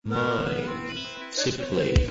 Mind Simply。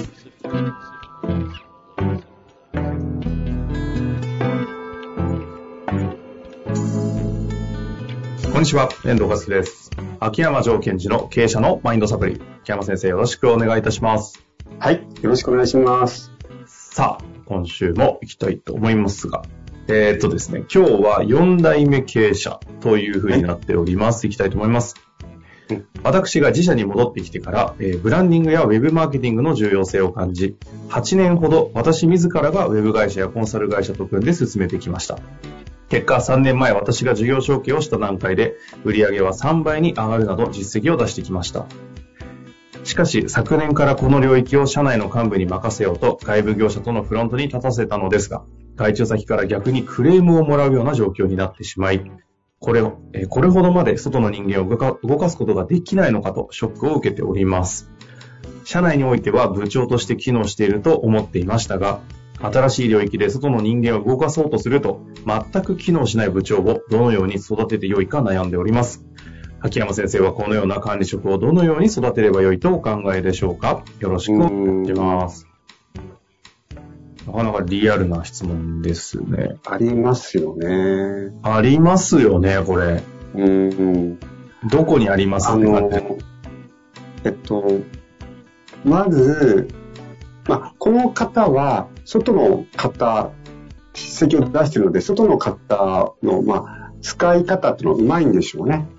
こんにちは、遠藤和樹です。秋山城賢治の経営者のマインドサプリ。秋山先生、よろしくお願いいたします。 はい、よろしくお願いします。 さあ、今週も行きたいと思いますが、ですね、今日は4代目経営者という風になっております。行きたいと思います。私が自社に戻ってきてから、ブランディングやウェブマーケティングの重要性を感じ、8年ほど私自らがウェブ会社やコンサル会社と組んで進めてきました。結果、3年前私が事業承継をした段階で、売上は3倍に上がるなど実績を出してきました。しかし、昨年からこの領域を社内の幹部に任せようと、外部業者とのフロントに立たせたのですが、外注先から逆にクレームをもらうような状況になってしまい、これほどまで外の人間を動かすことができないのかとショックを受けております。社内においては部長として機能していると思っていましたが、新しい領域で外の人間を動かそうとすると、全く機能しない部長をどのように育ててよいか悩んでおります。秋山先生はこのような管理職をどのように育てればよいとお考えでしょうか。よろしくお願いします。なかなかリアルな質問ですね。 ありますよね。 ありますよね、これ。どこにありますか？ まず、この方は、外の方、実績を出しているので、外の方の、使い方っていうのはうまいんでしょうね。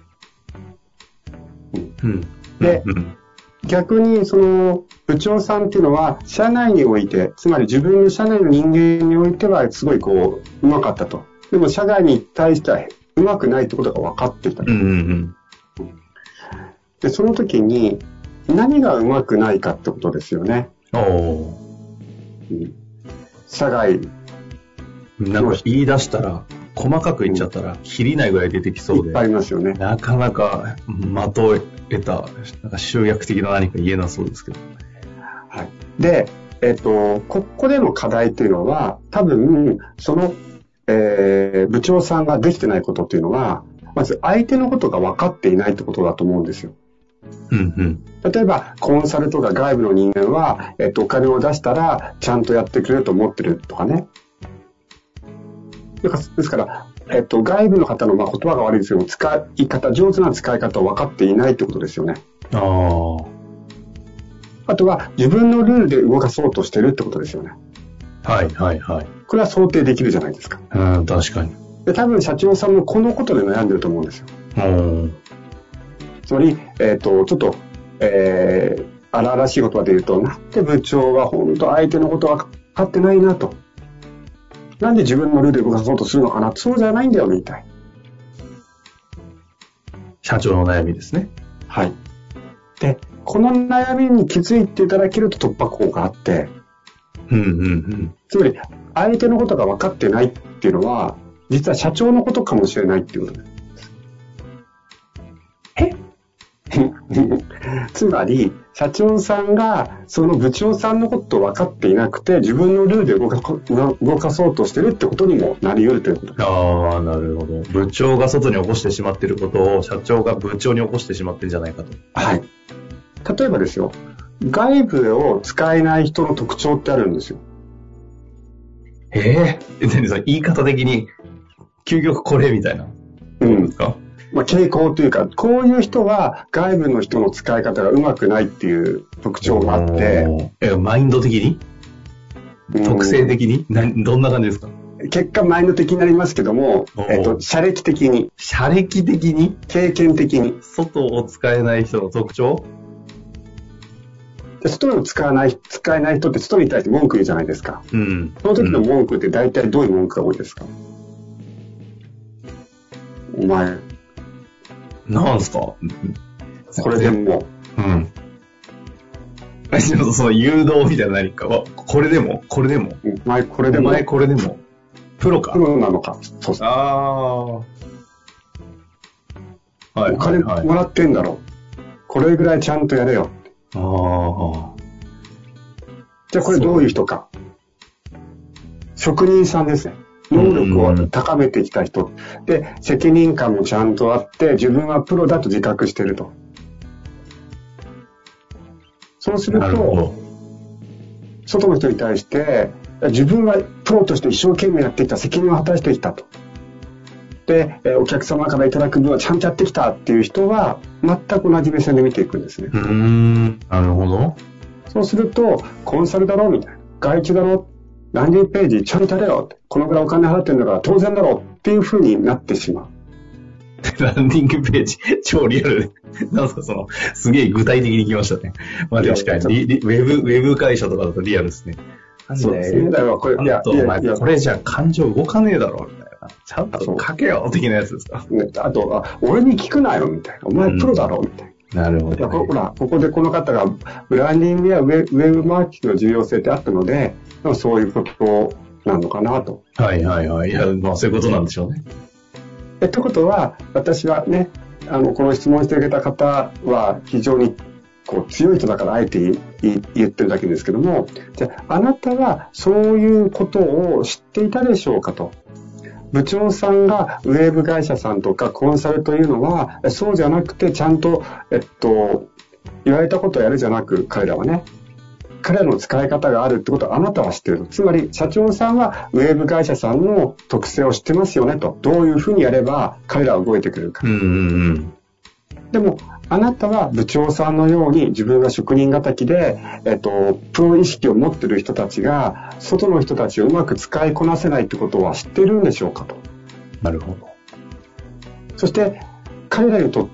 で、逆にその部長さんっていうのは社内において、つまり自分の社内の人間においてはすごいうまかったと。でも社外に対してはうまくないってことが分かってきた。で、その時に何がうまくないかってことですよね。社外なんか言い出したら、細かく言っちゃったら、切りないぐらい出てきそうで。 いっぱいありますよね。 なかなか的を得た、なんか集約的な何か言えなそうですけど。 はい。で、ここでの課題っていうのは、多分、その、部長さんができてないことっていうのは、まず相手のことが分かっていないってことだと思うんですよ。例えば、コンサルとか外部の人間は、お金を出したら、ちゃんとやってくれると思ってるとかね。ですから、外部の方の言葉が悪いですけど、上手な使い方を分かっていないってことですよね。あとは、自分のルールで動かそうとしてるってことですよね。これは想定できるじゃないですか。 確かに。 で、多分社長さんもこのことで悩んでると思うんですよ。つまり、ちょっと、荒々しい言葉で言うと、なんで部長は本当相手のことは分かってないなと。なんで自分のルールで動かそうとするのかな、そうじゃないんだよ、みたい。 社長の悩みですね。 はい。で、この悩みに気づいていただけると突破口があって、つまり、相手のことが分かってないっていうのは、実は社長のことかもしれないっていうことです。つまり、社長さんがその部長さんのことを分かっていなくて、自分のルールで動かそうとしてるってことにもなり得るということです。 なるほど。部長が外に起こしてしまっていることを社長が部長に起こしてしまってるんじゃないかと。 はい。例えばですよ、外部を使えない人の特徴ってあるんですよ。 何それ、言い方的に究極これみたいな。どうですか？ 傾向というか、こういう人は外部の人の使い方がうまくないっていう特徴があって。 マインド的に？特性的に？どんな感じですか？ 結果マインド的になりますけども、社歴的に。 社歴的に？ 経験的に。 外を使えない人の特徴？ で、外を使えない人って外に対して文句言うじゃないですか。その時の文句って大体どういう文句が多いですか？お前。 なんすか？これでも。 その誘導みたいな何かは、これでも。お前これでも。プロか。 プロなのか。そうそう。お金もらってんだろ。これぐらいちゃんとやれよ。じゃあこれどういう人か。職人さんですね。能力を高めてきた人で、責任感もちゃんとあって自分はプロだと自覚していると。 そうするなるほと、 ど。 外の人に対して、自分はプロとして一生懸命やってきた、責任を果たしてきたと。で、お客様からいただく分はちゃんとやってきたっていう人は、全く同じ目線で見ていくんですね。 なるほど。 そうすると、コンサルだろみたいな。外注だろ、ランディングページちゃんとやれよ。このぐらいお金払ってるんだから当然だろっていう風になってしまう。 ランディングページ、超リアルで。なんすか、すげえ具体的に来ましたね。まあ確かに、ウェブ会社とかだとリアルですね。 そうですね。だからこれ、 これじゃ感情動かねえだろ、みたいな。ちゃんと書けよ、的なやつですか。 ね、あと、俺に聞くなよ、みたいな。お前プロだろ、みたいな。 なるほど、ね。 ほら、ここでこの方が、ブランディングやウェブマーケティングの重要性ってあったので、そういうことなのかなと。 はいはいはい。いや、まあそういうことなんでしょうね。 ってことは、私はね、この質問してくれた方は非常に強い人だからあえて言ってるだけですけども、じゃあ、あなたはそういうことを知っていたでしょうかと。部長さんがウェブ会社さんとかコンサルというのは、そうじゃなくてちゃんと、言われたことをやるじゃなく、彼らはね、彼らの使い方があるってことはあなたは知っていると。つまり社長さんはウェブ会社さんの特性を知ってますよねと。どういうふうにやれば彼らは動いてくれるか。でもあなたは部長さんのように自分が職人敵で、プロ意識を持っている人たちが外の人たちをうまく使いこなせないってことは知っているんでしょうかと。 なるほど。 そして彼らにとって、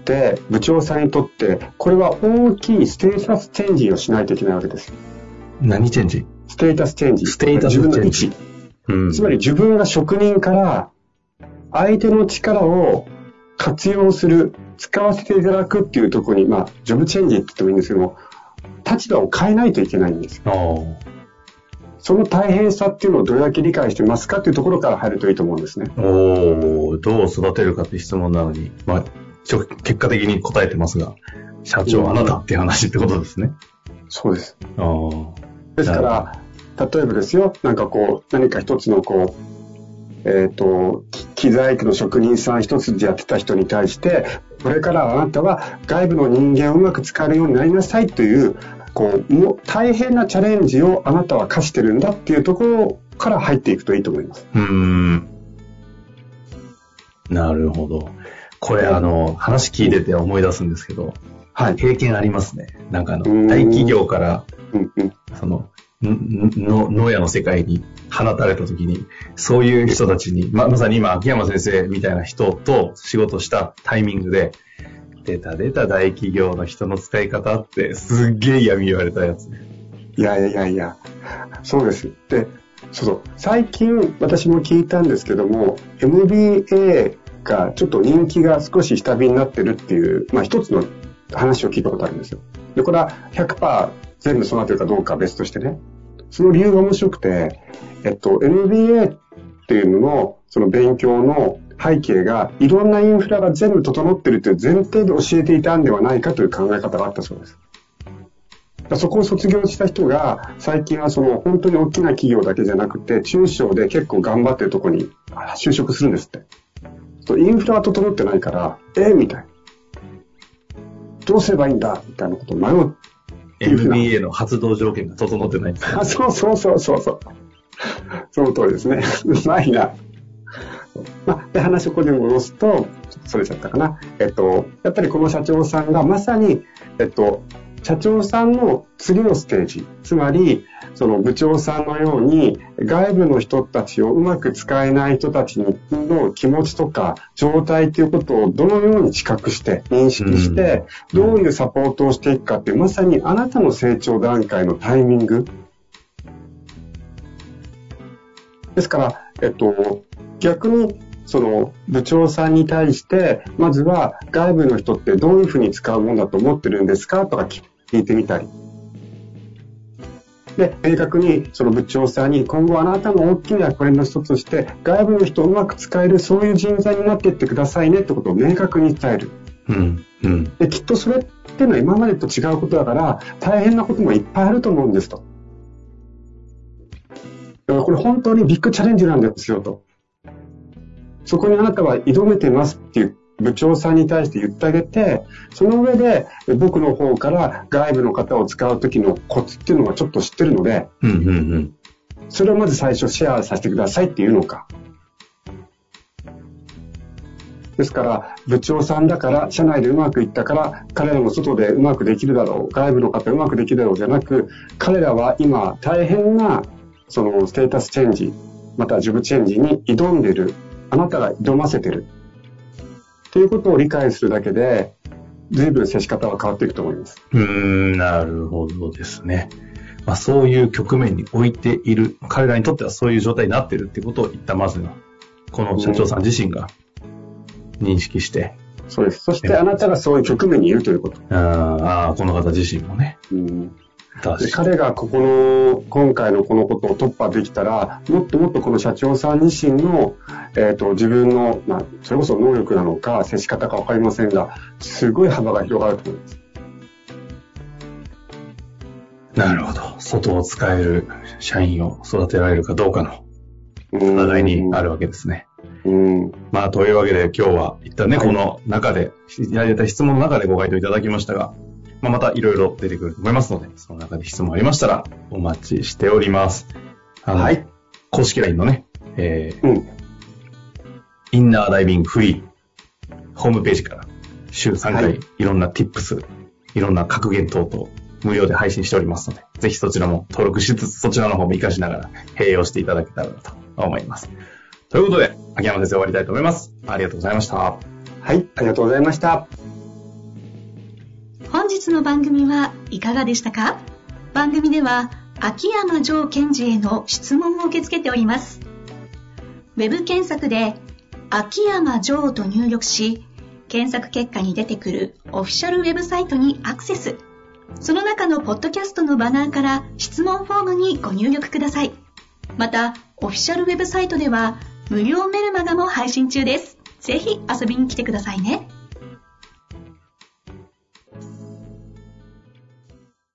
部長さんにとってこれは大きいステータスチェンジをしないといけないわけです。 何チェンジ？ ステータスチェンジ。 ステータスチェンジ。 自分の位置。つまり自分が職人から相手の力を活用する、使わせていただくっていうところに、ジョブチェンジって言ってもいいんですけども、立場を変えないといけないんです。その大変さっていうのをどれだけ理解してますかっていうところから入るといいと思うんですね。 どう育てるかって質問なのに、結果的に答えてますが、社長あなたっていう話ってことですね。 そうです。ですから、例えばですよ、何か一つの機材機の職人さん一つでやってた人に対して、これからあなたは外部の人間をうまく使えるようになりなさいという、もう大変なチャレンジをあなたは課してるんだっていうところから入っていくといいと思います。 なるほど。これ話聞いてて思い出すんですけど、はい、経験ありますね。大企業から、農家の世界に放たれた時に、そういう人たちに、まさに今、秋山先生みたいな人と仕事したタイミングで、出た大企業の人の使い方ってすっげえ嫌味言われたやつ。 いや、そうです。で、最近私も聞いたんですけども、MBA がちょっと人気が少し下火になってるっていう、一つの話を聞いたことあるんですよ。で、これは 100% 全部そうなってるかどうかは別としてね。その理由が面白くて、MBA っていうのの、その勉強の背景が、いろんなインフラが全部整ってるという前提で教えていたんではないかという考え方があったそうです。そこを卒業した人が、最近は本当に大きな企業だけじゃなくて、中小で結構頑張ってるところに就職するんですって。インフラが整ってないから、みたいな。どうすればいいんだみたいなことを迷う。 MBA の発動条件が整ってないんですか？ そう。その通りですね。うまいな。で、話をここで戻すと、それちゃったかな。やっぱりこの社長さんがまさに、社長さんの次のステージ、つまり、その部長さんのように外部の人たちをうまく使えない人たちの気持ちとか状態ということをどのように知覚して認識してどういうサポートをしていくかっていうまさにあなたの成長段階のタイミングですから、逆にその部長さんに対してまずは外部の人ってどういうふうに使うものだと思ってるんですかとか聞いてみたりで、明確にその部長さんに今後あなたの大きな役割の一つとして外部の人をうまく使えるそういう人材になっていってくださいねってことを明確に伝える。で、きっとそれっていうのは今までと違うことだから大変なこともいっぱいあると思うんですと。だからこれ本当にビッグチャレンジなんですよと。そこにあなたは挑めてますっていう部長さんに対して言ってあげて、その上で僕の方から外部の方を使う時のコツっていうのがちょっと知ってるので、それをまず最初シェアさせてくださいっていうのか。ですから、部長さんだから、社内でうまくいったから、彼らも外でうまくできるだろう、外部の方うまくできるだろうじゃなく、彼らは今大変なそのステータスチェンジ、またはジョブチェンジに挑んでいる。あなたが挑ませてる。ということを理解するだけで、随分接し方は変わっていくと思います。 なるほどですね。そういう局面に置いている、彼らにとってはそういう状態になっているっていうことを一旦まずは、この社長さん自身が認識して。 そうです。そしてあなたがそういう局面にいるということ。 この方自身もね。 で彼が今回のこのことを突破できたら、もっともっとこの社長さん自身の、自分の、それこそ能力なのか、接し方かわかりませんが、すごい幅が広がると思います。 なるほど。外を使える社員を育てられるかどうかの戦いにあるわけですね。というわけで今日は一旦ね、この中で、いただいた質問の中でご回答いただきましたが、またいろいろ出てくると思いますので、その中で質問ありましたらお待ちしております。公式 LINE のね、インナーダイビングフリー、ホームページから週3回いろんな Tips、いろんな格言等々無料で配信しておりますので、ぜひそちらも登録しつつ、そちらの方も活かしながら併用していただけたらなと思います。ということで、秋山先生終わりたいと思います。ありがとうございました。 はい、ありがとうございました。 本日の番組はいかがでしたか？番組では秋山城賢治への質問を受け付けております。ウェブ検索で秋山城と入力し、検索結果に出てくるオフィシャルウェブサイトにアクセス。その中のポッドキャストのバナーから質問フォームにご入力ください。また、オフィシャルウェブサイトでは無料メルマガも配信中です。ぜひ遊びに来てくださいね。